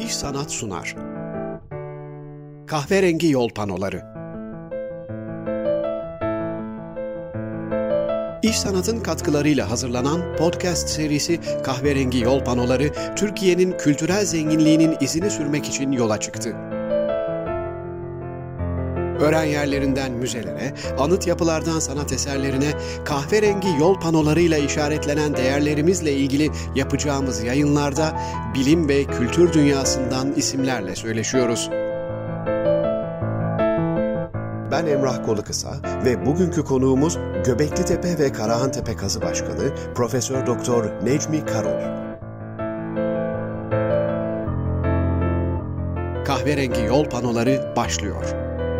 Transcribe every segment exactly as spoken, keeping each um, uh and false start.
İş Sanat sunar. Kahverengi Yol Panoları. İş Sanat'ın katkılarıyla hazırlanan podcast serisi Kahverengi Yol Panoları, Türkiye'nin kültürel zenginliğinin izini sürmek için yola çıktı. Öğren yerlerinden müzelere, anıt yapılardan sanat eserlerine, kahverengi yol panolarıyla işaretlenen değerlerimizle ilgili yapacağımız yayınlarda bilim ve kültür dünyasından isimlerle söyleşiyoruz. Ben Emrah Kolukısa ve bugünkü konuğumuz Göbeklitepe ve Karahantepe Kazı Başkanı Profesör Doktor Necmi Karul. Kahverengi Yol Panoları başlıyor.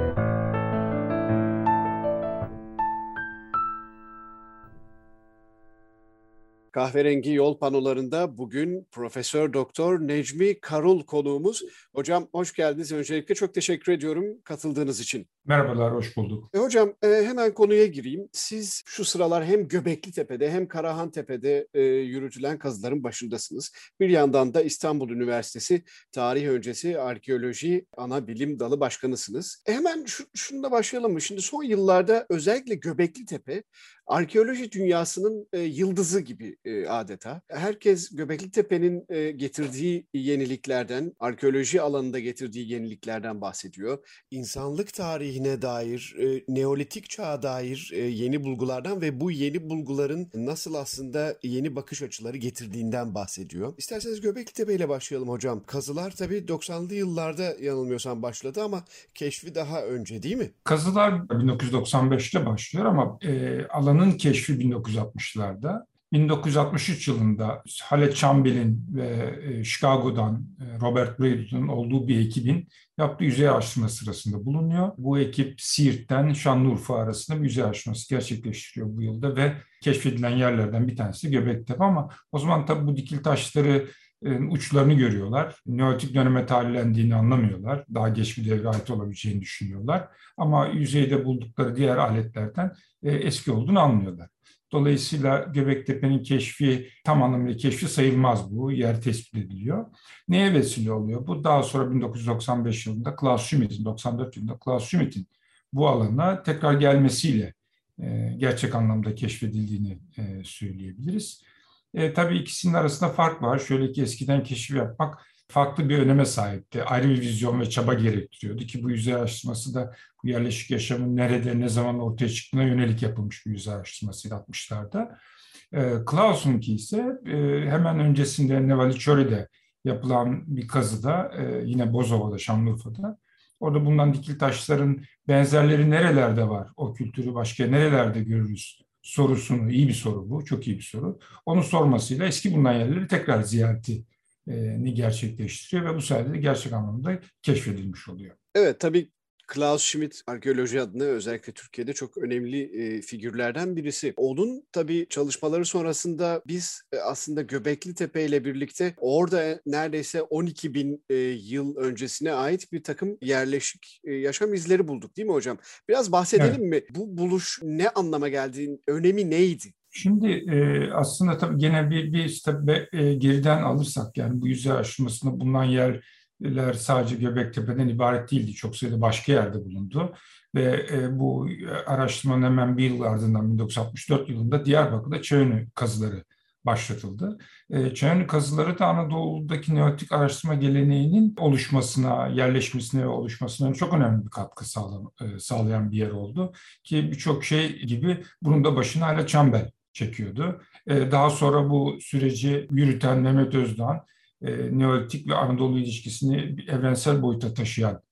Kahverengi Yol Panolarında bugün Profesör Doktor Necmi Karul konuğumuz. Hocam hoş geldiniz. Öncelikle çok teşekkür ediyorum katıldığınız için. Merhabalar, hoş bulduk. E hocam e, hemen konuya gireyim. Siz şu sıralar hem Göbeklitepe'de hem Karahantepe'de e, yürütülen kazıların başındasınız. Bir yandan da İstanbul Üniversitesi Tarih Öncesi Arkeoloji Ana Bilim Dalı Başkanısınız. E hemen şu, şununla başlayalım mı? Şimdi son yıllarda özellikle Göbeklitepe arkeoloji dünyasının e, yıldızı gibi e, adeta. Herkes Göbeklitepe'nin e, getirdiği yeniliklerden, arkeoloji alanında getirdiği yeniliklerden bahsediyor. İnsanlık tarihine dair, e, Neolitik çağa dair e, yeni bulgulardan ve bu yeni bulguların nasıl aslında yeni bakış açıları getirdiğinden bahsediyor. İsterseniz Göbeklitepe ile başlayalım hocam. Kazılar tabii doksanlı yıllarda yanılmıyorsam başladı ama keşfi daha önce değil mi? Kazılar bin dokuz yüz doksan beşte başlıyor ama e, alanın keşfi bin dokuz yüz altmışlarda. bin dokuz yüz altmış üç yılında Halle Campbell'in ve e, Chicago'dan e, Robert Brady'nin olduğu bir ekibin yaptığı yüzey araştırma sırasında bulunuyor. Bu ekip Siirt'ten Şanlıurfa arasında bir yüzey araştırması gerçekleştiriyor bu yılda ve keşfedilen yerlerden bir tanesi Göbeklitepe ama o zaman tabii bu dikil taşları uçlarını görüyorlar. Neolitik döneme tarihlendiğini anlamıyorlar. Daha geç bir devre ait olabileceğini düşünüyorlar. Ama yüzeyde buldukları diğer aletlerden eski olduğunu anlıyorlar. Dolayısıyla Göbeklitepe'nin keşfi tam anlamıyla keşfi sayılmaz bu. Yer tespit ediliyor. Neye vesile oluyor? Bu daha sonra bin dokuz yüz doksan beş yılında Klaus Schmidt'in, doksan dört yılında Klaus Schmidt'in bu alana tekrar gelmesiyle e, gerçek anlamda keşfedildiğini e, söyleyebiliriz. E, tabii ikisinin arasında fark var. Şöyle ki eskiden keşif yapmak farklı bir öneme sahipti. Ayrı bir vizyon ve çaba gerektiriyordu ki bu yüzey araştırması da bu yerleşik yaşamın nerede, ne zaman ortaya çıktığına yönelik yapılmış bir yüzey araştırmasıydı altmışlarda. E, Klaus'unki ise e, hemen öncesinde Nevaliçori'de yapılan bir kazıda, e, yine Bozova'da, Şanlıurfa'da. Orada bulunan dikil taşların benzerleri nerelerde var? O kültürü başka nerelerde görürüz? Sorusunu, iyi bir soru bu, çok iyi bir soru. Onu sormasıyla eski bulunan yerleri tekrar ziyaretini gerçekleştiriyor ve bu sayede de gerçek anlamda keşfedilmiş oluyor. Evet, tabii Klaus Schmidt arkeoloji adına özellikle Türkiye'de çok önemli e, figürlerden birisi. Onun tabii çalışmaları sonrasında biz e, aslında Göbeklitepe ile birlikte orada neredeyse on iki bin e, yıl öncesine ait bir takım yerleşik e, yaşam izleri bulduk değil mi hocam? Biraz bahsedelim evet. mi? Bu buluş ne anlama geldi? Önemi neydi? Şimdi e, aslında tabii gene bir, bir tabii, e, geriden alırsak yani bu yüzey araştırmasında bulunan yerler sadece Göbeklitepe'den ibaret değildi. Çok sayıda başka yerde bulundu. Ve e, bu araştırmanın hemen bir yıl ardından bin dokuz yüz altmış dört yılında Diyarbakır'da Çayönü kazıları başlatıldı. E, Çayönü kazıları da Anadolu'daki Neolitik araştırma geleneğinin oluşmasına, yerleşmesine ve oluşmasına çok önemli bir katkı sağlayan, e, sağlayan bir yer oldu. Ki birçok şey gibi bunun da başına hala Campbell çekiyordu. Daha sonra bu süreci yürüten Mehmet Özdağ, Neolitik ve Anadolu ilişkisini evrensel boyuta taşıyan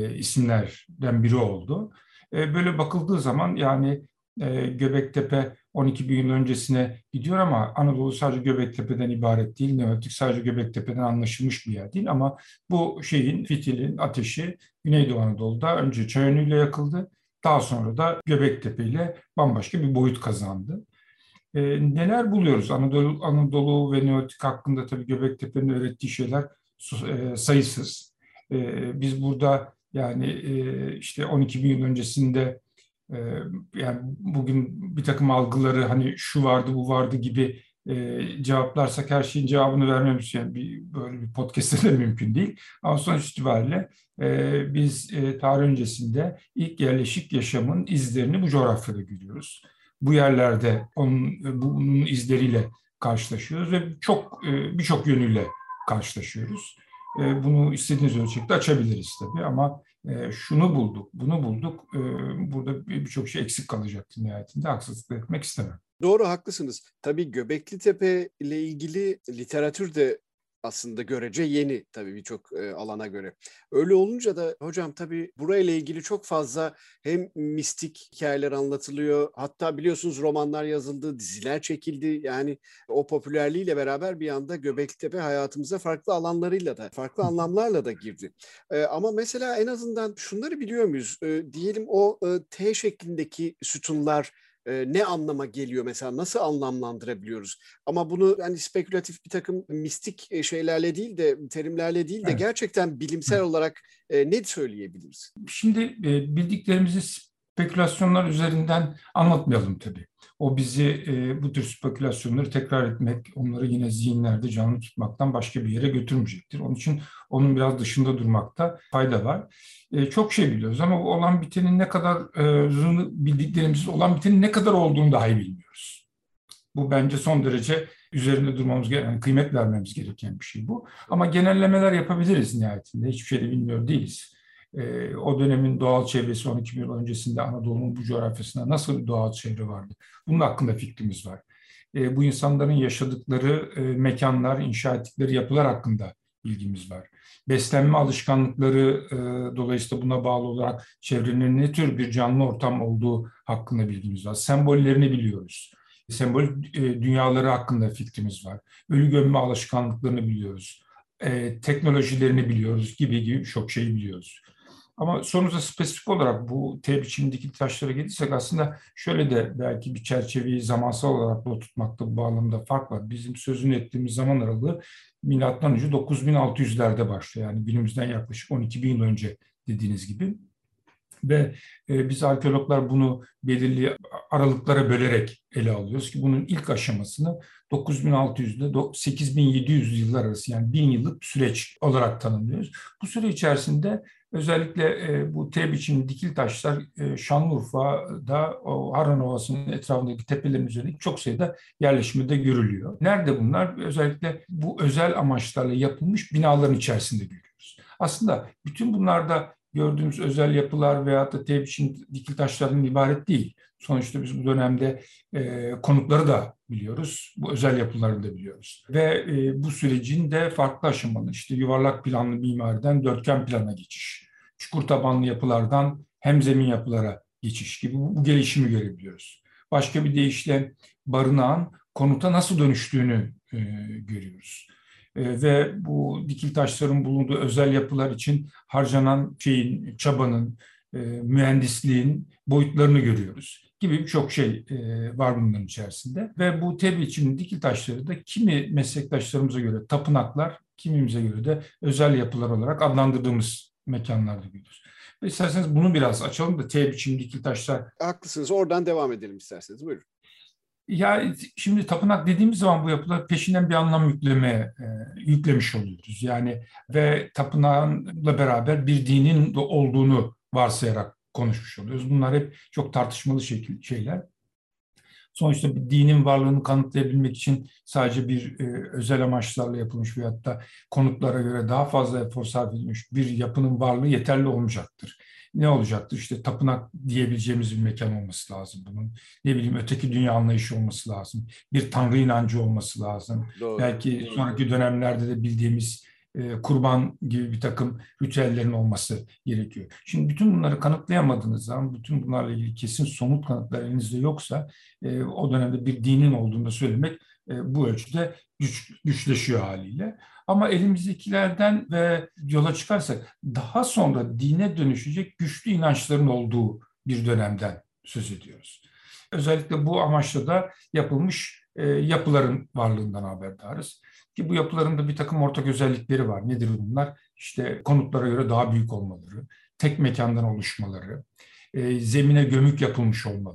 isimlerden biri oldu. Böyle bakıldığı zaman yani Göbektepe on iki bin yıl öncesine gidiyor ama Anadolu sadece Göbektepe'den ibaret değil. Neolitik sadece Göbektepe'den anlaşılmış bir yer değil ama bu şeyin, fitilin ateşi Güneydoğu Anadolu'da önce Çayönü ile yakıldı. Daha sonra da Göbektepe ile bambaşka bir boyut kazandı. E, neler buluyoruz? Anadolu, Anadolu ve Neolitik hakkında tabii Göbeklitepe'nin öğrettiği şeyler e, sayısız. E, biz burada yani e, işte on iki bin yıl öncesinde e, yani bugün bir takım algıları hani şu vardı bu vardı gibi e, cevaplarsak her şeyin cevabını vermemiz yani bir, böyle bir podcast'te de mümkün değil. Ama sonuç itibariyle e, biz e, tarih öncesinde ilk yerleşik yaşamın izlerini bu coğrafyada görüyoruz. Bu yerlerde onun, bunun izleriyle karşılaşıyoruz ve çok e, birçok yönüyle karşılaşıyoruz. E, bunu istediğiniz ölçekte açabiliriz tabii ama e, şunu bulduk, bunu bulduk. E, burada birçok şey eksik kalacaktı nihayetinde. Haksızlık etmek istemem. Doğru, haklısınız. Tabii Göbekli Tepe ile ilgili literatür de aslında görece yeni tabii birçok e, alana göre. Öyle olunca da hocam tabii burayla ilgili çok fazla hem mistik hikayeler anlatılıyor. Hatta biliyorsunuz romanlar yazıldı, diziler çekildi. Yani o popülerliğiyle beraber bir anda Göbekli Tepe hayatımıza farklı alanlarıyla da, farklı anlamlarla da girdi. E, ama mesela en azından şunları biliyor muyuz? E, diyelim o e, T şeklindeki sütunlar ne anlama geliyor mesela, nasıl anlamlandırabiliyoruz? Ama bunu hani spekülatif bir takım mistik şeylerle değil de, terimlerle değil de Evet. gerçekten bilimsel olarak ne söyleyebiliriz? Şimdi e, bildiklerimizi spekülasyonlar üzerinden anlatmayalım tabii. O bizi e, bu tür spekülasyonları tekrar etmek, onları yine zihinlerde canlı tutmaktan başka bir yere götürmeyecektir. Onun için onun biraz dışında durmakta fayda var. E, çok şey biliyoruz ama olan bitenin ne kadar e, bildiklerimiz olan bitenin ne kadar olduğunu dahi bilmiyoruz. Bu bence son derece üzerinde durmamız gereken, yani kıymet vermemiz gereken bir şey bu. Ama genellemeler yapabiliriz nihayetinde. Hiçbir şey de bilmiyor değiliz. Ee, o dönemin doğal çevresi on iki bin yıl öncesinde Anadolu'nun bu coğrafyasında nasıl bir doğal çevre vardı? Bunun hakkında fikrimiz var. Ee, bu insanların yaşadıkları e, mekanlar, inşa ettikleri yapılar hakkında bilgimiz var. Beslenme alışkanlıkları e, dolayısıyla buna bağlı olarak çevrenin ne tür bir canlı ortam olduğu hakkında bilgimiz var. Sembollerini biliyoruz. Sembol e, dünyaları hakkında fikrimiz var. Ölü gömme alışkanlıklarını biliyoruz. E, teknolojilerini biliyoruz gibi gibi çok şeyi biliyoruz. Ama sonuçta spesifik olarak bu T biçimindeki taşlara gelirsek aslında şöyle de belki bir çerçeveyi zamansal olarak da tutmakta bu bağlamda fark var. Bizim sözünü ettiğimiz zaman aralığı milattan önce dokuz bin altı yüzlerde başlıyor. Yani günümüzden yaklaşık on iki bin yıl önce dediğiniz gibi. Ve e, biz arkeologlar bunu belirli aralıklara bölerek ele alıyoruz ki bunun ilk aşamasını dokuz bin altı yüz ile sekiz bin yedi yüz yıllar arası yani bin yıllık bir süreç olarak tanımlıyoruz. Bu süre içerisinde özellikle e, bu T biçimli dikil taşlar e, Şanlıurfa'da o Harran Ovası'nın etrafındaki tepelerin üzerinde çok sayıda yerleşimde görülüyor. Nerede bunlar? Özellikle bu özel amaçlarla yapılmış binaların içerisinde görüyoruz. Aslında bütün bunlarda gördüğümüz özel yapılar veyahut da T biçim dikil taşlardan ibaret değil. Sonuçta biz bu dönemde e, konutları da biliyoruz, bu özel yapıları da biliyoruz. Ve e, bu sürecin de farklı aşamaları, işte yuvarlak planlı mimariden dörtgen plana geçiş, çukur tabanlı yapılardan hemzemin yapılara geçiş gibi bu, bu gelişimi görebiliyoruz. Başka bir deyişle barınağın konuta nasıl dönüştüğünü e, görüyoruz. E, ve bu dikil taşların bulunduğu özel yapılar için harcanan şeyin, çabanın, e, mühendisliğin boyutlarını görüyoruz gibi birçok şey e, var bunların içerisinde. Ve bu T biçimli dikil taşları da kimi meslektaşlarımıza göre tapınaklar, kimimize göre de özel yapılar olarak adlandırdığımız mekanlarda görüyoruz. Ve isterseniz bunu biraz açalım da T biçimli dikil taşlar. Haklısınız. Oradan devam edelim isterseniz. Buyurun. Ya şimdi tapınak dediğimiz zaman bu yapılar peşinden bir anlam yükleme e, yüklemiş oluyoruz. Yani ve tapınakla beraber bir dinin de olduğunu varsayarak konuşmuş oluyoruz. Bunlar hep çok tartışmalı şekil, şeyler. Sonuçta bir dinin varlığını kanıtlayabilmek için sadece bir e, özel amaçlarla yapılmış veyahut da konutlara göre daha fazla efor sarf edilmiş bir yapının varlığı yeterli olmayacaktır. Ne olacaktır? İşte tapınak diyebileceğimiz bir mekan olması lazım bunun. Ne bileyim öteki dünya anlayışı olması lazım. Bir tanrı inancı olması lazım. Doğru. Belki sonraki dönemlerde de bildiğimiz e, kurban gibi bir takım ritüellerin olması gerekiyor. Şimdi bütün bunları kanıtlayamadığınız zaman, bütün bunlarla ilgili kesin somut kanıtlar elinizde yoksa e, o dönemde bir dinin olduğunu da söylemek e, bu ölçüde güç, güçleşiyor haliyle. Ama elimizdekilerden ve yola çıkarsak daha sonra dine dönüşecek güçlü inançların olduğu bir dönemden söz ediyoruz. Özellikle bu amaçla da yapılmış e, yapıların varlığından haberdarız. Ki bu yapıların da bir takım ortak özellikleri var. Nedir bunlar? İşte konutlara göre daha büyük olmaları, tek mekandan oluşmaları, e, zemine gömük yapılmış olmaları,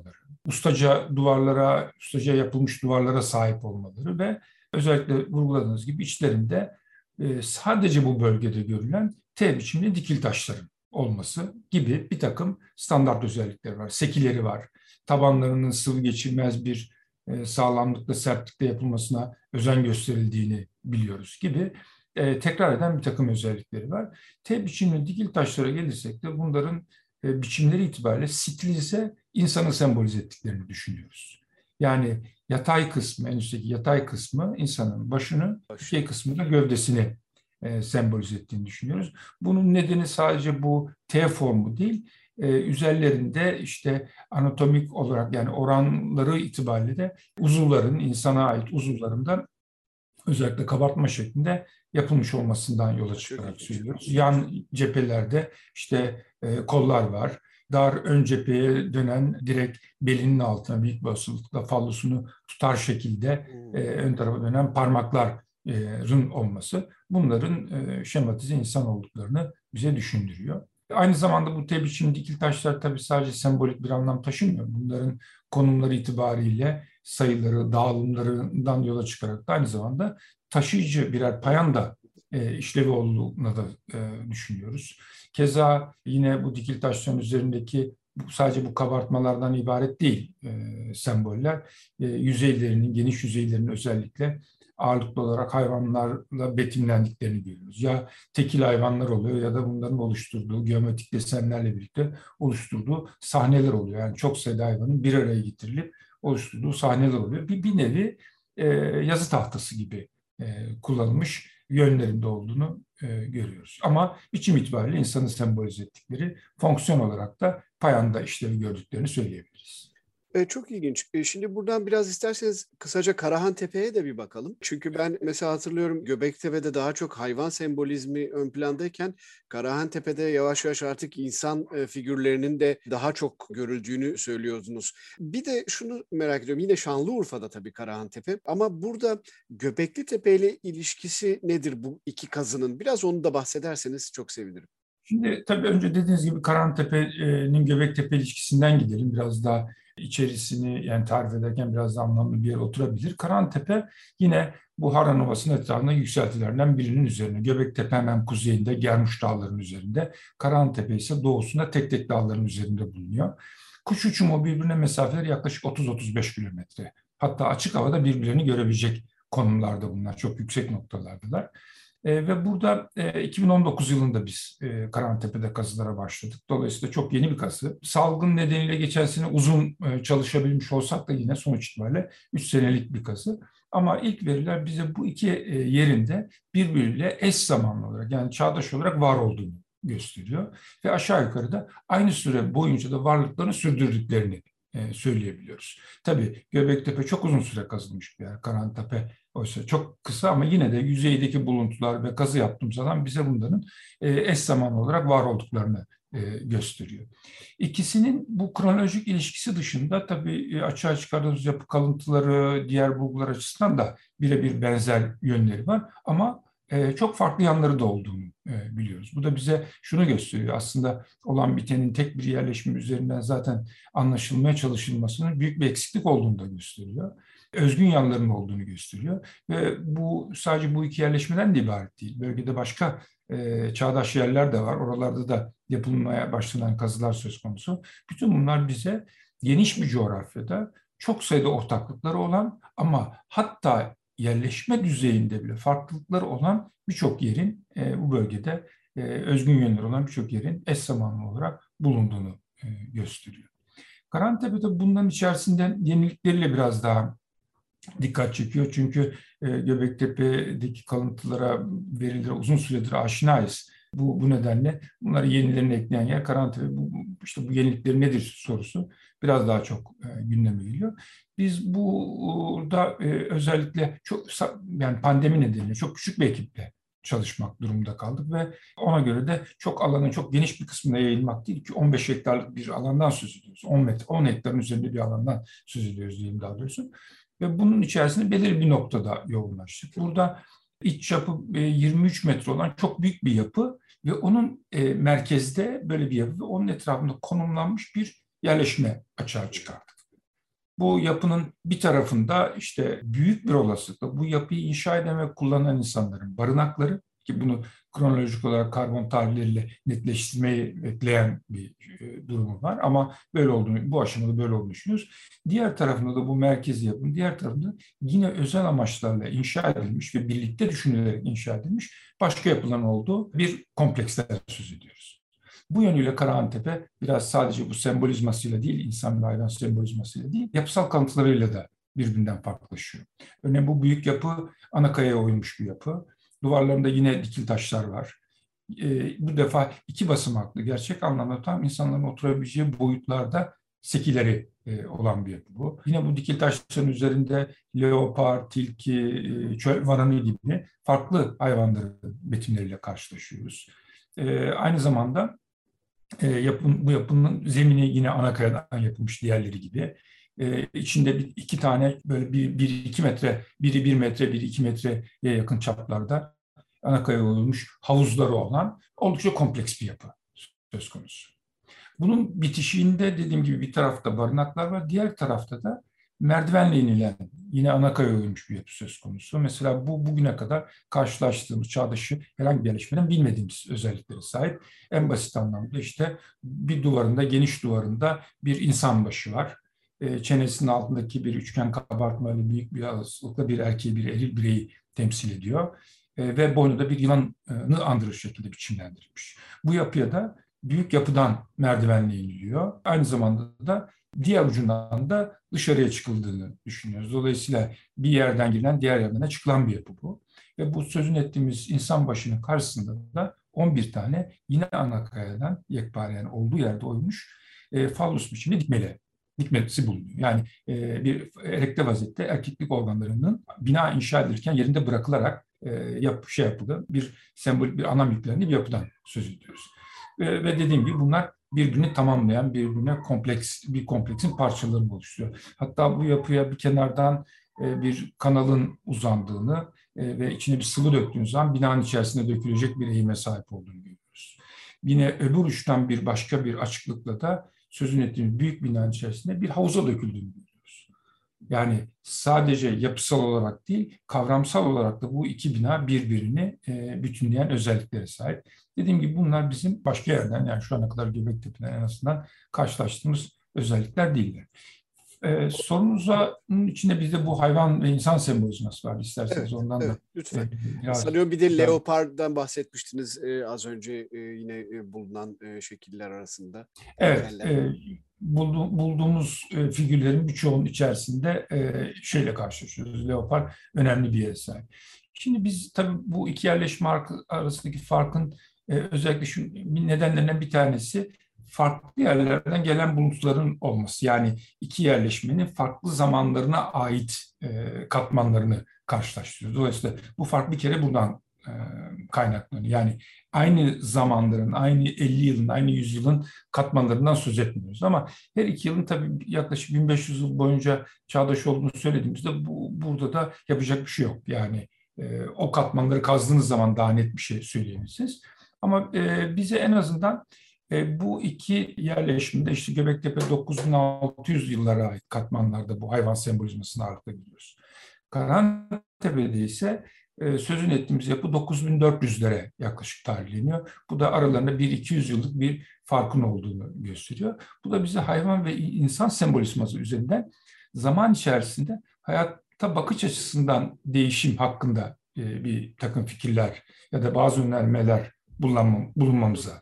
ustaca duvarlara, ustaca yapılmış duvarlara sahip olmaları ve özellikle vurguladığınız gibi içlerinde e, sadece bu bölgede görülen T biçimli dikil taşların olması gibi bir takım standart özellikleri var. Sekileri var. Tabanlarının sıvı geçirmez bir e, sağlamlıkla, sertlikle yapılmasına özen gösterildiğini biliyoruz gibi e, tekrar eden bir takım özellikleri var. T biçimli dikil taşlara gelirsek de bunların e, biçimleri itibariyle stilize insanı sembolize ettiklerini düşünüyoruz. Yani yatay kısmı, en üstteki yatay kısmı insanın başını, dikey kısmı da gövdesini e, sembolize ettiğini düşünüyoruz. Bunun nedeni sadece bu T formu değil, e, üzerlerinde işte anatomik olarak yani oranları itibariyle de uzuvların, insana ait uzuvlarından özellikle kabartma şeklinde yapılmış olmasından yola çıkarak söylüyoruz. Yan cephelerde işte e, kollar var. Dar ön cepheye dönen direkt belinin altına büyük bir olasılıkla fallusunu tutar şekilde e, ön tarafa dönen parmakların olması bunların e, şematize insan olduklarını bize düşündürüyor. Aynı zamanda bu T biçim dikil taşlar tabii sadece sembolik bir anlam taşımıyor. Bunların konumları itibariyle sayıları, dağılımlarından yola çıkarak da aynı zamanda taşıyıcı birer payanda e, işlevi olduğuna da e, düşünüyoruz. Keza yine bu dikil taşların üzerindeki bu, sadece bu kabartmalardan ibaret değil e, semboller. E, yüzeylerinin, geniş yüzeylerinin özellikle ağırlıklı olarak hayvanlarla betimlendiklerini görüyoruz. Ya tekil hayvanlar oluyor ya da bunların oluşturduğu geometrik desenlerle birlikte oluşturduğu sahneler oluyor. Yani çok sayıda hayvanın bir araya getirilip oluşturduğu sahneler oluyor. Bir, bir nevi e, yazı tahtası gibi e, kullanılmış yönlerinde olduğunu e, görüyoruz. Ama biçim itibariyle insanı sembolize ettikleri, fonksiyon olarak da payanda işlevi gördüklerini söyleyebiliriz. E, çok ilginç. E, şimdi buradan biraz isterseniz kısaca Karahantepe'ye de bir bakalım. Çünkü ben mesela hatırlıyorum Göbektepe'de daha çok hayvan sembolizmi ön plandayken Karahantepe'de yavaş yavaş artık insan e, figürlerinin de daha çok görüldüğünü söylüyordunuz. Bir de şunu merak ediyorum. Yine Şanlıurfa'da tabii Karahantepe ama burada Göbeklitepe ile ilişkisi nedir bu iki kazının? Biraz onu da bahsederseniz çok sevinirim. Şimdi tabii önce dediğiniz gibi Karahantepe'nin Göbektepe ilişkisinden gidelim. Biraz daha içerisini yani tarif ederken biraz daha anlamlı bir yere oturabilir. Karahantepe yine bu Haran Ovası'nın etrafında yükseltilerinden birinin üzerine. Göbektepe hemen kuzeyinde Germuş Dağları'nın üzerinde. Karahantepe ise doğusunda Tek Tek Dağları'nın üzerinde bulunuyor. Kuş uçumu birbirine mesafeleri yaklaşık otuz otuz beş kilometre. Hatta açık havada birbirlerini görebilecek konumlarda bunlar. Çok yüksek noktalardalar. E, ve burada e, iki bin on dokuz yılında biz e, Karahantepe'de kazılara başladık. Dolayısıyla çok yeni bir kazı. Salgın nedeniyle geçen sene uzun e, çalışabilmiş olsak da yine sonuç itibariyle üç senelik bir kazı. Ama ilk veriler bize bu iki e, yerinde birbiriyle eş zamanlı olarak yani çağdaş olarak var olduğunu gösteriyor. Ve aşağı yukarı da aynı süre boyunca da varlıklarını sürdürdüklerini e, söyleyebiliyoruz. Tabii Göbektepe çok uzun süre kazılmış bir yer. Karahantepe oysa çok kısa ama yine de yüzeydeki buluntular ve kazı yaptığımız zaman bize bunların e, eş zamanlı olarak var olduklarını e, gösteriyor. İkisinin bu kronolojik ilişkisi dışında tabii e, açığa çıkardığımız yapı kalıntıları, diğer bulgular açısından da birebir benzer yönleri var ama e, çok farklı yanları da olduğunu e, biliyoruz. Bu da bize şunu gösteriyor. Aslında olan bitenin tek bir yerleşim üzerinden zaten anlaşılmaya çalışılmasının büyük bir eksiklik olduğunu da gösteriyor. Özgün yanlarının olduğunu gösteriyor. Ve bu sadece bu iki yerleşmeden de ibaret değil. Bölgede başka e, çağdaş yerler de var. Oralarda da yapılmaya başlanan kazılar söz konusu. Bütün bunlar bize geniş bir coğrafyada çok sayıda ortaklıkları olan ama hatta yerleşme düzeyinde bile farklılıkları olan birçok yerin e, bu bölgede e, özgün yönleri olan birçok yerin eş zamanlı olarak bulunduğunu e, gösteriyor. Karahantepe'de bunların içerisinde yenilikleriyle biraz daha dikkat çekiyor. Çünkü e, Göbektepe'deki kalıntılara, verilere uzun süredir aşinayız. Bu, bu nedenle bunları yenilerini ekleyen yer Karahantepe. Bu, işte bu yenilikleri nedir sorusu biraz daha çok e, gündeme geliyor. Biz burada e, özellikle çok yani pandemi nedeniyle çok küçük bir ekiple çalışmak durumunda kaldık ve ona göre de çok alanın çok geniş bir kısmına yayılmak değil ki on beş hektarlık bir alandan söz ediyoruz. on metre, on hektarın üzerinde bir alandan söz ediyoruz diyeyim daha doğrusu. Ve bunun içerisinde belirli bir noktada yoğunlaştık. Burada iç çapı yirmi üç metre olan çok büyük bir yapı ve onun merkezde böyle bir yapı ve onun etrafında konumlanmış bir yerleşme açığa çıkardık. Bu yapının bir tarafında işte büyük bir olasılıkla bu yapıyı inşa eden ve kullanan insanların barınakları, ki bunu kronolojik olarak karbon tarihleriyle netleştirmeyi bekleyen bir e, durumu var. Ama böyle olduğunu, bu aşamada böyle olduğunu düşünüyoruz. Diğer tarafında da bu merkezi yapının, diğer tarafında yine özel amaçlarla inşa edilmiş ve birlikte düşünülerek inşa edilmiş başka yapıların olduğu bir kompleksler söz ediyoruz. Bu yönüyle Karahantepe biraz sadece bu sembolizmasıyla değil, insan ve hayvan sembolizmasıyla değil, yapısal kalıntılarıyla da birbirinden farklılaşıyor. Örneğin bu büyük yapı Anakaya'ya oyulmuş bir yapı. Duvarlarında yine dikili taşlar var. E, bu defa iki basamaklı, gerçek anlamda tam insanların oturabileceği boyutlarda sekileri e, olan bir yapı bu. Yine bu dikili taşların üzerinde leopar, tilki, e, çöl varanı gibi farklı hayvanların betimleriyle karşılaşıyoruz. E, aynı zamanda e, yapın, bu yapının zemini yine Anakaya'dan yapılmış diğerleri gibi. E, içinde bir, iki tane böyle bir, bir iki metre, biri bir metre, biri iki metreye yakın çaplarda Anakaya olmuş havuzları olan oldukça kompleks bir yapı söz konusu. Bunun bitişiğinde dediğim gibi bir tarafta barınaklar var, diğer tarafta da merdivenle inilen yine Anakaya oyulmuş bir yapı söz konusu. Mesela bu bugüne kadar karşılaştığımız çağ dışı herhangi bir yerleşmenin bilmediğimiz özelliklere sahip. En basit anlamda işte bir duvarında, geniş duvarında bir insan başı var. E, çenesinin altındaki bir üçgen kabartmayla büyük bir olasılıkla bir erkeği, bir eril bireyi temsil ediyor. E, ve boynu da bir yılanı andırır şekilde biçimlendirilmiş. Bu yapıya da büyük yapıdan merdivenle iniliyor. Aynı zamanda da diğer ucundan da dışarıya çıkıldığını düşünüyoruz. Dolayısıyla bir yerden girilen diğer yerden çıkılan bir yapı bu. Ve bu sözün ettiğimiz insan başının karşısında da on bir tane yine Anakayadan yekpare, yani olduğu yerde oymuş e, fallus biçimli dikmeli. Dikmesi bulunuyor. Yani e, bir erekte vaziyette erkeklik organlarının bina inşa edilirken yerinde bırakılarak e, yap, şey yapıldı. Bir sembol, bir anlam yüklendi bir yapıdan söz ediyoruz. Ve, ve dediğim gibi bunlar birbirini tamamlayan, birbirine kompleks bir kompleksin parçalarını oluşturuyor. Hatta bu yapıya bir kenardan e, bir kanalın uzandığını e, ve içine bir sıvı döktüğünüz zaman binanın içerisinde dökülecek bir eğime sahip olduğunu görüyoruz. Yine öbür uçtan bir başka bir açıklıkla da sözün ettiğimiz büyük binanın içerisinde bir havuza döküldüğünü görüyoruz. Yani sadece yapısal olarak değil, kavramsal olarak da bu iki bina birbirini e, bütünleyen özelliklere sahip. Dediğim gibi bunlar bizim başka yerden, yani şu ana kadar Göbektepe'den en azından karşılaştığımız özellikler değiller. Ee, sorunuzun içinde bizde bu hayvan ve insan sembolizması var. İsterseniz Evet, ondan da evet, lütfen. e, biraz Sanıyorum bir de biraz leoparddan bahsetmiştiniz e, az önce e, yine e, bulunan e, şekiller arasında, evet, heykeller. e, buldu, bulduğumuz e, figürlerin birçoğunun içerisinde e, şeyle karşılaşıyoruz. Leopar önemli bir yere sahip. Şimdi biz tabii bu iki yerleşme arasındaki farkın e, özellikle şu nedenlerinden bir tanesi farklı yerlerden gelen buluntuların olması. Yani iki yerleşmenin farklı zamanlarına ait e, katmanlarını karşılaştırıyoruz. Dolayısıyla bu fark bir kere buradan e, kaynaklanıyor. Yani aynı zamanların, aynı elli yılın, aynı yüzyılın katmanlarından söz etmiyoruz. Ama her iki yılın tabii yaklaşık bin beş yüz yıl boyunca çağdaş olduğunu söylediğimizde bu, burada da yapacak bir şey yok. Yani e, o katmanları kazdığınız zaman daha net bir şey söyleyebilirsiniz. Ama e, bize en azından e, bu iki yerleşimde işte Göbektepe dokuz bin altı yüz yıllara ait katmanlarda bu hayvan sembolizmasını ağırlıkla görüyoruz. Karahantepe'de ise e, sözünü ettiğimiz yapı dokuz bin dört yüzlere yaklaşık tarihleniyor. Bu da aralarında bir iki yüz yıllık bir farkın olduğunu gösteriyor. Bu da bize hayvan ve insan sembolizması üzerinden zaman içerisinde hayatta bakış açısından değişim hakkında e, bir takım fikirler ya da bazı önermeler bulunmamıza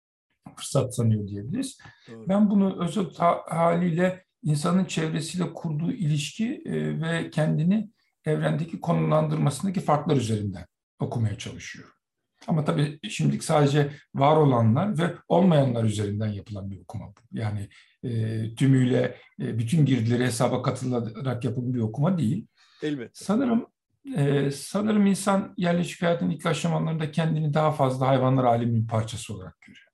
fırsat sanıyor diyebiliriz. Doğru. Ben bunu özel haliyle insanın çevresiyle kurduğu ilişki e, ve kendini evrendeki konumlandırmasındaki farklar üzerinden okumaya çalışıyorum. Ama tabii şimdilik sadece var olanlar ve olmayanlar üzerinden yapılan bir okuma bu. Yani e, tümüyle e, bütün girdileri hesaba katılarak yapılan bir okuma değil. Elbette. Sanırım e, sanırım insan yerleşik hayatın ilk aşamalarında kendini daha fazla hayvanlar aleminin bir parçası olarak görüyor.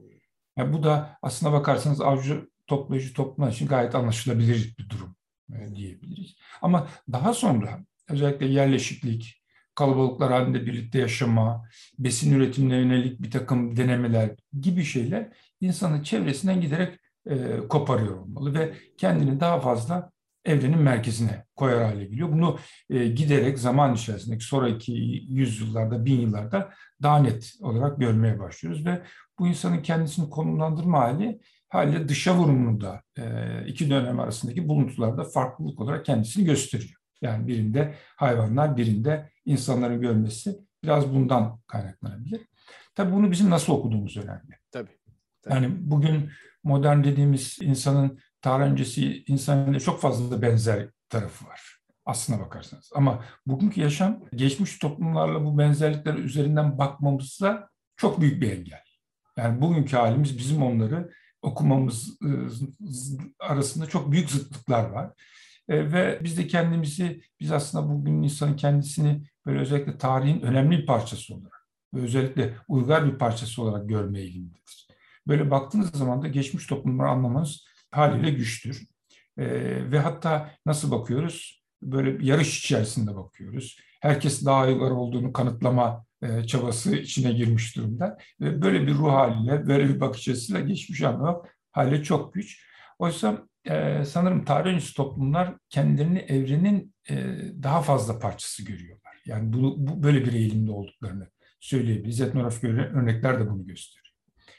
Yani bu da aslına bakarsanız avcı toplayıcı toplumlar için gayet anlaşılabilir bir durum e, diyebiliriz. Ama daha sonra özellikle yerleşiklik, kalabalıklar halinde birlikte yaşama, besin üretimine yönelik bir takım denemeler gibi şeyler insanın çevresinden giderek e, koparıyor olmalı ve kendini daha fazla evrenin merkezine koyar hale geliyor. Bunu e, giderek zaman içerisindeki sonraki yüzyıllarda, bin yıllarda daha net olarak görmeye başlıyoruz ve bu insanın kendisini konumlandırma hali haliyle dışa vurumunda e, iki dönem arasındaki buluntularda farklılık olarak kendisini gösteriyor. Yani birinde hayvanlar, birinde insanların görmesi biraz bundan kaynaklanabilir. Tabii bunu bizim nasıl okuduğumuz önemli. Tabii. Tabii. Yani bugün modern dediğimiz insanın tarih öncesi insanıyla çok fazla da benzer tarafı var aslına bakarsanız. Ama bugünkü yaşam geçmiş toplumlarla bu benzerlikler üzerinden bakmamızda çok büyük bir engel. Yani bugünkü halimiz bizim onları okumamız arasında çok büyük zıtlıklar var. Ve biz de kendimizi, biz aslında bugün insanın kendisini böyle özellikle tarihin önemli bir parçası olarak ve özellikle uygar bir parçası olarak görme eğilimindedir. Böyle baktığınız zaman da geçmiş toplumları anlamanız haliyle güçtür. Ee, ve hatta nasıl bakıyoruz? Böyle bir yarış içerisinde bakıyoruz. Herkes daha uygar olduğunu kanıtlama e, çabası içine girmiş durumda. Ve böyle bir ruh haliyle, böyle bir bakış açısıyla geçmiş anlamak haliyle çok güç. Oysa e, sanırım tarih öncesi toplumlar kendilerini evrenin e, daha fazla parçası görüyorlar. Yani bu, bu böyle bir eğilimde olduklarını söyleyebiliriz. Etnografik örnekler de bunu gösteriyor.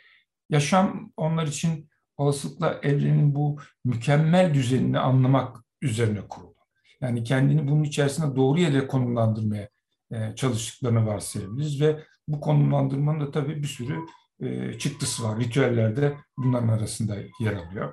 Yaşam onlar için olasılıkla evrenin bu mükemmel düzenini anlamak üzerine kurulu. Yani kendini bunun içerisinde doğru yere konumlandırmaya e, çalıştıklarını varsayabiliriz ve bu konumlandırmanın da tabii bir sürü e, çıktısı var. Ritüellerde bunların arasında yer alıyor.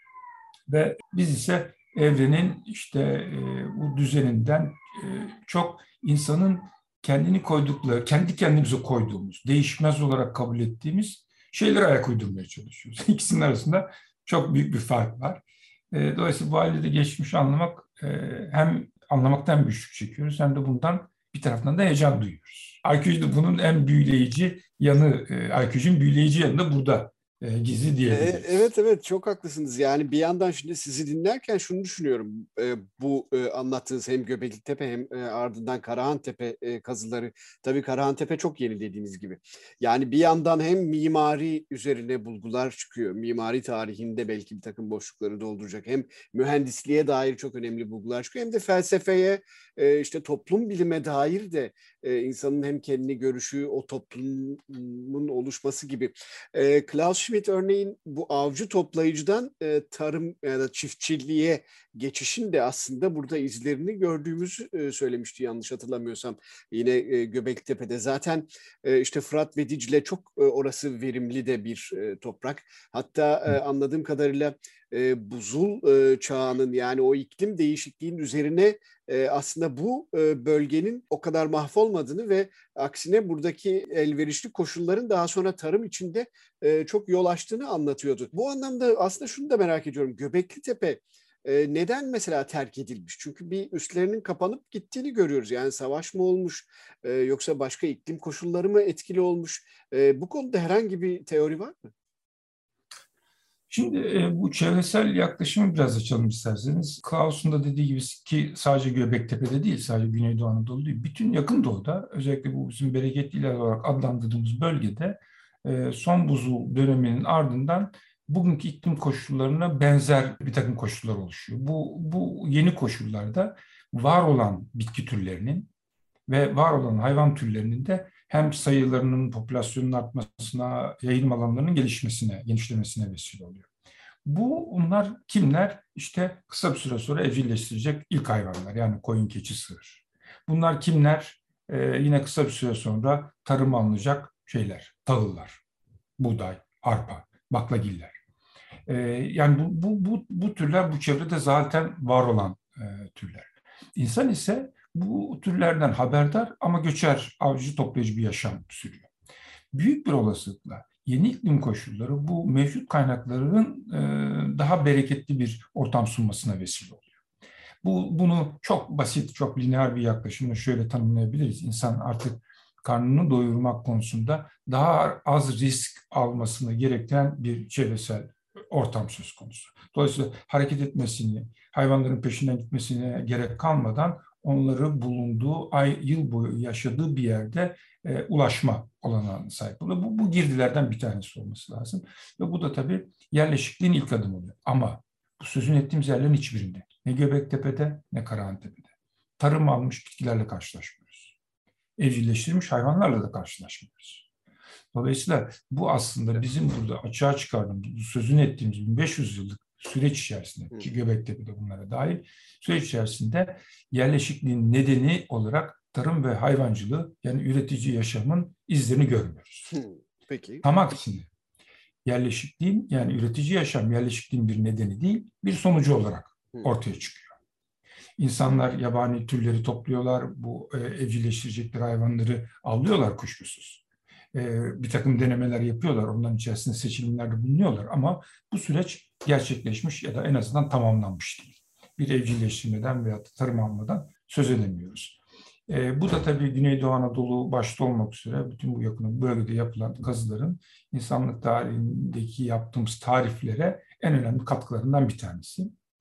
Ve biz ise evrenin işte e, bu düzeninden e, çok insanın kendini koydukları, kendi kendimize koyduğumuz, değişmez olarak kabul ettiğimiz şeylere ayak uydurmaya çalışıyoruz. İkisinin arasında çok büyük bir fark var. E, dolayısıyla bu halde de geçmişi anlamak e, hem anlamaktan güçlük çekiyoruz hem de bundan bir taraftan da heyecan duyuyoruz. Arkeolojide bunun en büyüleyici yanı, e, arkeolojinin büyüleyici yanı da burada e, gizli diyebiliriz. E, Evet evet çok haklısınız. Yani bir yandan şimdi sizi dinlerken şunu düşünüyorum. E, bu e, anlattığınız hem Göbekli hem e, ardından Karahantepe e, kazıları. Tabii Karahantepe çok yeni dediğiniz gibi. Yani bir yandan hem mimari üzerine bulgular çıkıyor. Mimari tarihinde belki bir takım boşlukları dolduracak. Hem mühendisliğe dair çok önemli bulgular çıkıyor. Hem de felsefeye, e, işte toplum bilime dair de e, insanın hem kendi görüşü, o toplumun oluşması gibi. E, Klaus Schmidt örneğin bu avcı toplayıcıdan e, tarım ya da çiftçiliğe geçişin de aslında burada izlerini gördüğümüzü e, söylemişti yanlış hatırlamıyorsam. Yine e, Göbeklitepe'de zaten e, işte Fırat ve Dicle çok e, orası verimli de bir e, toprak. Hatta e, anladığım kadarıyla e, buzul e, çağının yani o iklim değişikliğinin üzerine e, aslında bu e, bölgenin o kadar mahvolmadığını ve aksine buradaki elverişli koşulların daha sonra tarım içinde e, çok yol açtığını anlatıyordu. Bu anlamda aslında şunu da merak ediyorum. Göbeklitepe e, neden mesela terk edilmiş? Çünkü bir üstlerinin kapanıp gittiğini görüyoruz. Yani savaş mı olmuş e, yoksa başka iklim koşulları mı etkili olmuş? E, bu konuda herhangi bir teori var mı? Şimdi e, bu çevresel yaklaşımı biraz açalım isterseniz. Klaus'un da dediği gibi ki sadece Göbektepe'de değil, sadece Güneydoğu Anadolu değil, bütün yakın doğuda özellikle bu bizim bereketliiller olarak adlandırdığımız bölgede e, son buzul döneminin ardından bugünkü iklim koşullarına benzer bir takım koşullar oluşuyor. Bu, bu yeni koşullarda var olan bitki türlerinin ve var olan hayvan türlerinin de hem sayılarının, popülasyonun artmasına, yayılım alanlarının gelişmesine, genişlemesine vesile oluyor. Bu bunlar kimler? İşte kısa bir süre sonra evcilleştirecek ilk hayvanlar yani koyun, keçi, sığır. Bunlar kimler? Ee, yine kısa bir süre sonra tarım alınacak şeyler, tahıllar, buğday, arpa, baklagiller. Ee, yani bu, bu, bu, bu türler bu çevrede zaten var olan e, türler. İnsan ise bu türlerden haberdar ama göçer, avcı toplayıcı bir yaşam sürüyor. Büyük bir olasılıkla yeni iklim koşulları bu mevcut kaynakların e, daha bereketli bir ortam sunmasına vesile oluyor. Bu, bunu çok basit, çok lineer bir yaklaşımla şöyle tanımlayabiliriz. İnsan artık karnını doyurmak konusunda daha az risk almasını gerektiren bir çevresel ortam söz konusu. Dolayısıyla hareket etmesini, hayvanların peşinden gitmesine gerek kalmadan onları bulunduğu, ay, yıl boyu yaşadığı bir yerde e, ulaşma olanağına sahip oluyor. Bu, bu girdilerden bir tanesi olması lazım. Ve bu da tabii yerleşikliğin ilk adımı oluyor. Ama bu sözünü ettiğimiz yerlerin hiçbirinde. Ne Göbektepe'de ne Karahantepe'de. Tarım almış bitkilerle karşılaşmıyoruz. Evcilleştirilmiş hayvanlarla da karşılaşmıyoruz. Dolayısıyla bu aslında bizim burada açığa çıkardığımız, sözünü ettiğimiz bin beş yüz yıllık süreç içerisinde, ki Göbektepe'de bunlara dahil, süreç içerisinde yerleşikliğin nedeni olarak tarım ve hayvancılığı, yani üretici yaşamın izlerini görmüyoruz. Peki. Tam aksine yerleşikliğin, yani üretici yaşam yerleşikliğin bir nedeni değil, bir sonucu olarak ortaya çıkıyor. İnsanlar yabani türleri topluyorlar, bu e, evcilleştirecekleri hayvanları avlıyorlar kuşkusuz. E, bir takım denemeler yapıyorlar, onların içerisinde seçilimlerde bulunuyorlar ama bu süreç gerçekleşmiş ya da en azından tamamlanmış değil. Bir evcilleştirmeden veya tarım almadan söz edemiyoruz. E, bu da tabii Güneydoğu Anadolu başta olmak üzere bütün bu yakın bölgede yapılan kazıların insanlık tarihindeki yaptığımız tariflere en önemli katkılarından bir tanesi.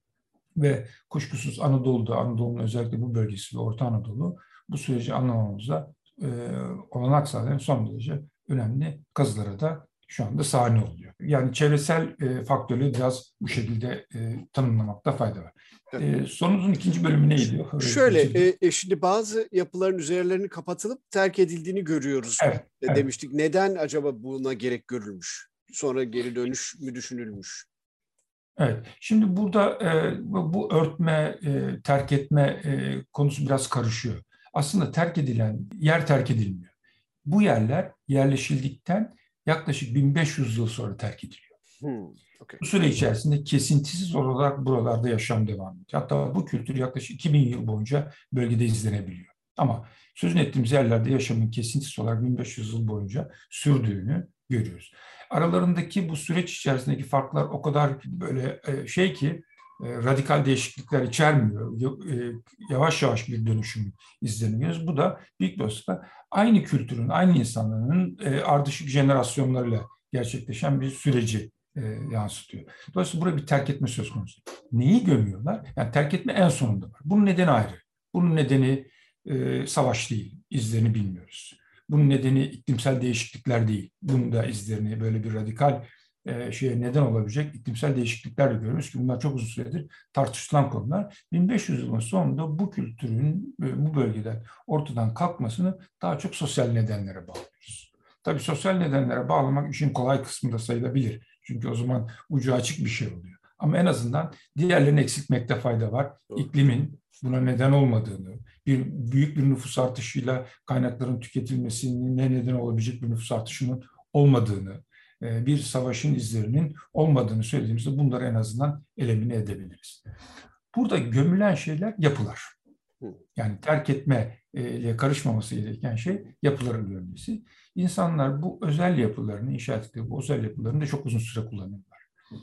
Ve kuşkusuz Anadolu'da, Anadolu'nun özellikle bu bölgesi ve Orta Anadolu bu süreci anlamamızda e, olanak sağlayan son derece önemli kazılara da şu anda sahne oluyor. Yani çevresel e, faktörleri biraz bu şekilde e, tanımlamakta fayda var. E, sorunuzun ikinci bölümü neydi? Şöyle, e, şimdi bazı yapıların üzerlerinin kapatılıp terk edildiğini görüyoruz evet, evet. demiştik. Neden acaba buna gerek görülmüş? Sonra geri dönüş mü düşünülmüş? Evet, şimdi burada e, bu örtme, e, terk etme e, konusu biraz karışıyor. Aslında terk edilen yer terk edilmiyor. Bu yerler yerleşildikten yaklaşık bin beş yüz yıl sonra terk ediliyor. Hmm, okay. Bu süre içerisinde kesintisiz olarak buralarda yaşam devam ediyor. Hatta bu kültür yaklaşık iki bin yıl boyunca bölgede izlenebiliyor. Ama sözünü ettiğimiz yerlerde yaşamın kesintisiz olarak bin beş yüz yıl boyunca sürdüğünü görüyoruz. Aralarındaki bu süreç içerisindeki farklar o kadar böyle şey ki radikal değişiklikler içermiyor. Yavaş yavaş bir dönüşüm izleniyoruz. Bu da büyük bir olasılıkla aynı kültürün, aynı insanların ardışık jenerasyonlarıyla gerçekleşen bir süreci yansıtıyor. Dolayısıyla burada bir terk etme söz konusu. Neyi gömüyorlar? Yani terk etme en sonunda var. Bunun nedeni ayrı. Bunun nedeni e, savaş değil. İzlerini bilmiyoruz. Bunun nedeni iklimsel değişiklikler değil. Bunun da izlerini böyle bir radikal e, şeye neden olabilecek iklimsel değişiklikler de görüyoruz ki bunlar çok uzun süredir tartışılan konular. bin beş yüz yılın sonunda bu kültürün e, bu bölgeden ortadan kalkmasını daha çok sosyal nedenlere bağlıyoruz. Tabii sosyal nedenlere bağlamak işin kolay kısmı da sayılabilir. Çünkü o zaman ucu açık bir şey oluyor. Ama en azından diğerlerini eksiltmekte fayda var. İklimin buna neden olmadığını, bir büyük bir nüfus artışıyla kaynakların tüketilmesine neden olabilecek bir nüfus artışının olmadığını, bir savaşın izlerinin olmadığını söylediğimizde bunları en azından elimine edebiliriz. Burada gömülen şeyler yapılar. Yani terk etme ile karışmaması gereken şey yapıların gömülmesi. İnsanlar bu özel yapılarını, inşa ettikleri bu özel yapılarını da çok uzun süre kullanıyorlar.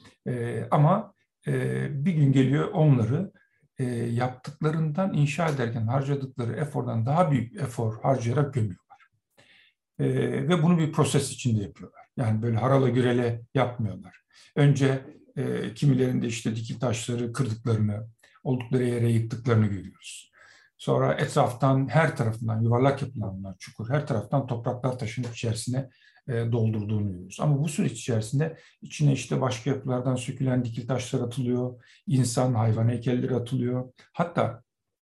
E, ama e, bir gün geliyor onları e, yaptıklarından inşa ederken harcadıkları efordan daha büyük efor harcayarak gömüyorlar. E, ve bunu bir proses içinde yapıyorlar. Yani böyle harala gürele yapmıyorlar. Önce e, kimilerinde işte dikil taşları kırdıklarını, oldukları yere yıktıklarını görüyoruz. Sonra etraftan her tarafından yuvarlak yapılanlar çukur, her taraftan topraklar taşın içerisine e, doldurduğunu görüyoruz. Ama bu süreç içerisinde içine işte başka yapılardan sökülen dikil taşlar atılıyor, insan, hayvan heykelleri atılıyor. Hatta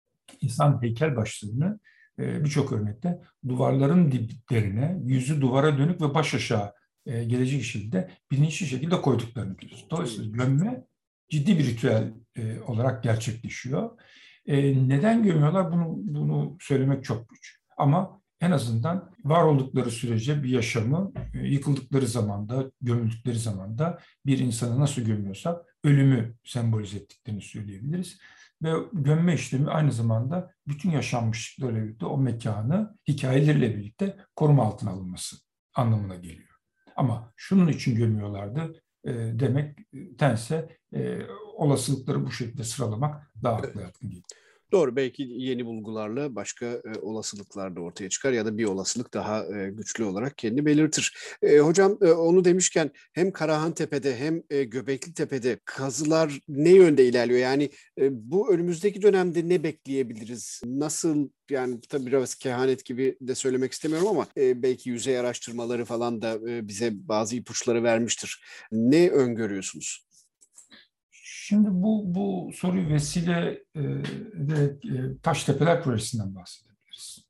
insan heykel başlarını e, birçok örnekte duvarların diplerine, yüzü duvara dönük ve baş aşağı e, gelecek şekilde bilinçli şekilde koyduklarını görüyoruz. Dolayısıyla gömme ciddi bir ritüel e, olarak gerçekleşiyor. E, neden gömüyorlar? Bunu, bunu söylemek çok güç. Ama en azından var oldukları sürece bir yaşamı e, yıkıldıkları zamanda, gömüldükleri zamanda bir insanı nasıl gömüyorsak ölümü sembolize ettiklerini söyleyebiliriz. Ve gömme işlemi aynı zamanda bütün yaşanmışlıklarla birlikte o mekanı hikayeleriyle birlikte koruma altına alınması anlamına geliyor. Ama şunun için gömüyorlardı e, demektense e, olasılıkları bu şekilde sıralamak daha akla yatkın geliyor. Doğru, belki yeni bulgularla başka e, olasılıklar da ortaya çıkar ya da bir olasılık daha e, güçlü olarak kendini belirtir. E, hocam e, onu demişken hem Karahantepe'de hem e, Göbeklitepe'de kazılar ne yönde ilerliyor? Yani e, bu önümüzdeki dönemde ne bekleyebiliriz? Nasıl, yani tabii biraz kehanet gibi de söylemek istemiyorum ama e, belki yüzey araştırmaları falan da e, bize bazı ipuçları vermiştir. Ne öngörüyorsunuz? Şimdi bu bu soruyu vesile e, ederek e, Taştepeler Projesi'nden bahsedebiliriz.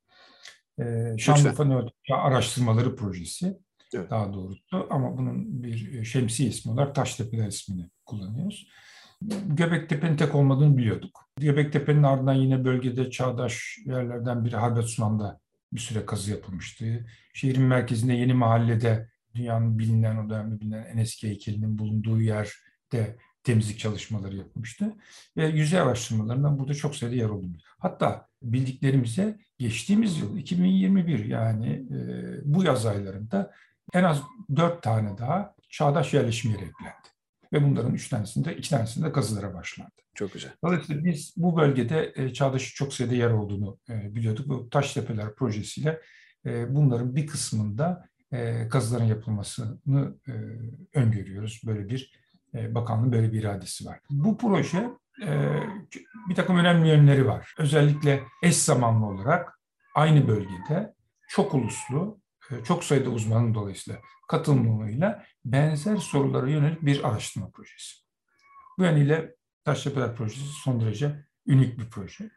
E, Lütfen. Şanlıurfa Neolitik Çağ Araştırmaları Projesi Evet. daha doğrusu, ama bunun bir şemsiye ismi olarak Taştepeler ismini kullanıyoruz. Göbektepe'nin tek olmadığını biliyorduk. Göbektepe'nin ardından yine bölgede çağdaş yerlerden biri Harbetsunam'da bir süre kazı yapılmıştı. Şehrin merkezinde Yeni Mahalle'de dünyanın bilinen, o dönemde bilinen en eski heykelinin bulunduğu yerde temizlik çalışmaları yapılmıştı. Ve yüzey araştırmalarından burada çok sayıda yer oldu. Hatta bildiklerimize geçtiğimiz yıl iki bin yirmi bir, yani e, bu yaz aylarında en az dört tane daha çağdaş yerleşim yeri eklendi. Ve bunların üç tanesinde, iki tanesinde kazılara başlandı. Çok güzel. Dolayısıyla biz bu bölgede e, çağdaş çok sayıda yer olduğunu e, biliyorduk. Bu Taştepeler projesiyle e, bunların bir kısmında e, kazıların yapılmasını e, öngörüyoruz. Böyle bir e, bakanlığın böyle bir iradesi var. Bu proje e, bir takım önemli yönleri var. Özellikle eş zamanlı olarak aynı bölgede çok uluslu, e, çok sayıda uzmanın dolayısıyla katılımıyla benzer sorulara yönelik bir araştırma projesi. Bu yönüyle Taştepeler Projesi son derece unik bir proje.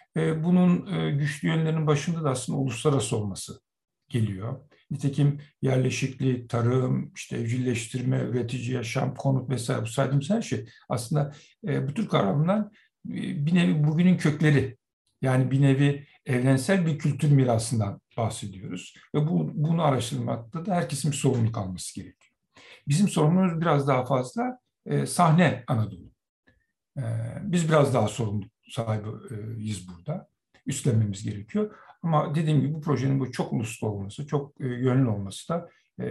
Bunun güçlü yönlerinin başında da aslında uluslararası olması geliyor. Nitekim yerleşiklik, tarım, işte evcilleştirme, üretici yaşam, konut vesaire, bu saydığımız her şey aslında bu tür kavramlar bir nevi bugünün kökleri. Yani bir nevi evrensel bir kültür mirasından bahsediyoruz. Ve bu, bunu araştırmakta da herkesin bir sorumluluk alması gerekiyor. Bizim sorumluluğumuz biraz daha fazla e, sahne Anadolu. E, biz biraz daha sorumluluk sahibiyiz burada. Üstlenmemiz gerekiyor. Ama dediğim gibi bu projenin bu çok uluslu olması, çok e, yönlü olması da e,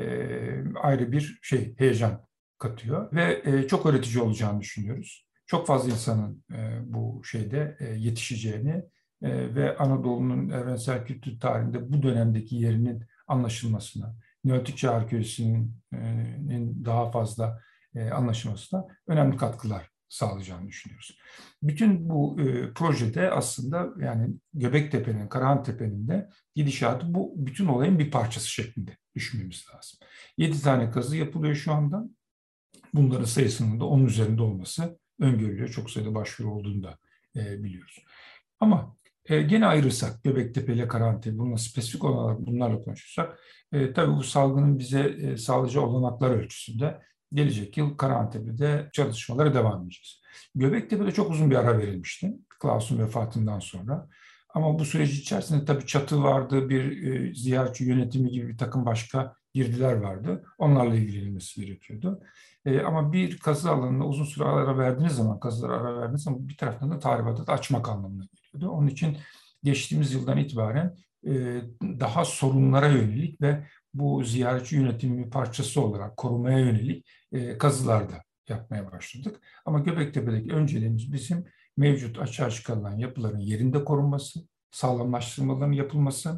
ayrı bir şey, heyecan katıyor. Ve e, çok öğretici olacağını düşünüyoruz. Çok fazla insanın e, bu şeyde e, yetişeceğini e, ve Anadolu'nun evrensel kültür tarihinde bu dönemdeki yerinin anlaşılmasına, Neolitik Çağ arkeolojisinin daha fazla e, anlaşılmasına önemli katkılar sağlayacağını düşünüyoruz. Bütün bu e, projede aslında yani Göbektepe'nin, Karahantepe'nin de gidişatı bu bütün olayın bir parçası şeklinde düşünmemiz lazım. Yedi tane kazı yapılıyor şu anda. Bunların sayısının da onun üzerinde olması öngörülüyor. Çok sayıda başvuru olduğunu da e, biliyoruz. Ama e, gene ayırırsak Göbektepe ile Karahantepe, bununla spesifik olarak bunlarla konuşursak, e, tabii bu salgının bize e, sağlayacağı olanaklar ölçüsünde gelecek yıl Karahantepe'de çalışmalara devam edeceğiz. Göbektepe'de çok uzun bir ara verilmişti Klaus'un vefatından sonra. Ama bu süreç içerisinde tabii çatı vardı, bir e, ziyaretçi yönetimi gibi bir takım başka girdiler vardı. Onlarla ilgilenilmesi gerekiyordu. E, ama bir kazı alanına uzun süre ara verdiğiniz zaman, kazılara ara verdiğiniz zaman bir taraftan da tahribatı da açmak anlamına geliyordu. Onun için geçtiğimiz yıldan itibaren e, daha sorunlara yönelik ve bu ziyaretçi yönetimi parçası olarak korumaya yönelik e, kazılar da yapmaya başladık. Ama Göbektepe'deki önceliğimiz bizim mevcut açığa çıkarılan yapıların yerinde korunması, sağlamlaştırmaların yapılması,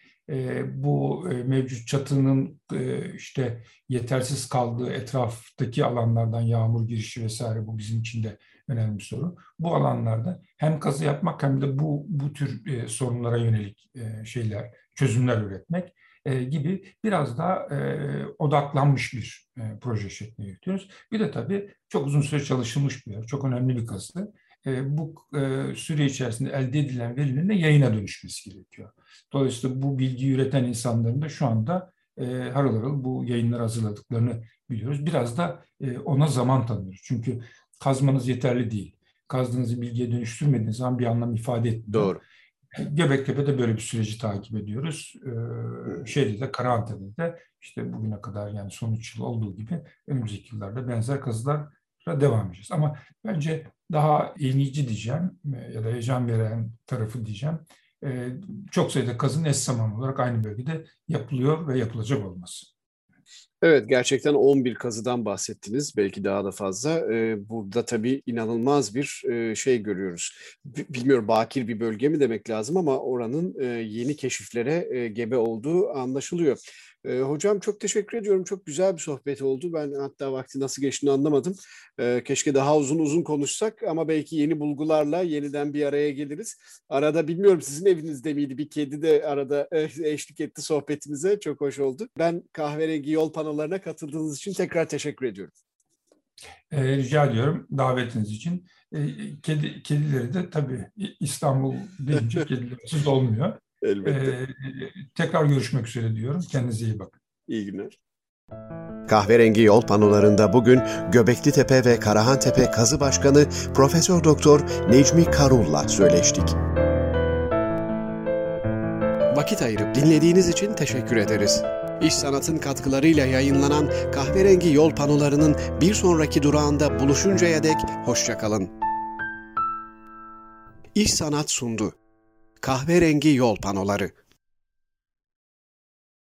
e, bu e, mevcut çatının e, işte yetersiz kaldığı etraftaki alanlardan yağmur girişi vesaire, bu bizim için de önemli bir sorun. Bu alanlarda hem kazı yapmak hem de bu bu tür e, sorunlara yönelik e, şeyler, çözümler üretmek e, gibi biraz daha e, odaklanmış bir e, proje şeklinde yürütüyoruz. Bir de tabii çok uzun süre çalışılmış bir yer, çok önemli bir kazı. E, bu e, süre içerisinde elde edilen verilerin de yayına dönüşmesi gerekiyor. Dolayısıyla bu bilgiyi üreten insanların da şu anda e, harıl harıl bu yayınları hazırladıklarını biliyoruz. Biraz da e, ona zaman tanıyoruz. Çünkü kazmanız yeterli değil. Kazdığınızı bilgiye dönüştürmediğiniz zaman bir anlam ifade etmiyor. Doğru. Göbektepe'de böyle bir süreci takip ediyoruz. Ee, şeyde de Karahantepe'de de işte bugüne kadar, yani son üç yıl olduğu gibi önümüzdeki yıllarda benzer kazılara devam edeceğiz. Ama bence daha ilginci diyeceğim ya da heyecan veren tarafı diyeceğim, Ee, çok sayıda kazının eş zamanlı olarak aynı bölgede yapılıyor ve yapılacak olması. Evet, gerçekten on bir kazıdan bahsettiniz. Belki daha da fazla. Ee, burada tabii inanılmaz bir e, şey görüyoruz. B- bilmiyorum, bakir bir bölge mi demek lazım ama oranın e, yeni keşiflere e, gebe olduğu anlaşılıyor. E, hocam çok teşekkür ediyorum. Çok güzel bir sohbet oldu. Ben hatta vakti nasıl geçtiğini anlamadım. E, keşke daha uzun uzun konuşsak ama belki yeni bulgularla yeniden bir araya geliriz. Arada bilmiyorum, sizin evinizde miydi? Bir kedi de arada e, eşlik etti sohbetimize. Çok hoş oldu. Ben Kahverengi Yol panolarına katıldığınız için tekrar teşekkür ediyorum. E, rica ediyorum davetiniz için. E, kedi, kedileri de tabii İstanbul deyince kedilersiz olmuyor. Elbette. E, tekrar görüşmek üzere diyorum. Kendinize iyi bakın. İyi günler. Kahverengi yol panolarında bugün Göbeklitepe ve Karahantepe Kazı Başkanı Profesör Doktor Necmi Karul'la söyleştik. Vakit ayırıp dinlediğiniz için teşekkür ederiz. İş Sanat'ın katkılarıyla yayınlanan Kahverengi Yol Panolarının bir sonraki durağında buluşuncaya dek hoşça kalın. İş Sanat sundu. Kahverengi Yol Panoları.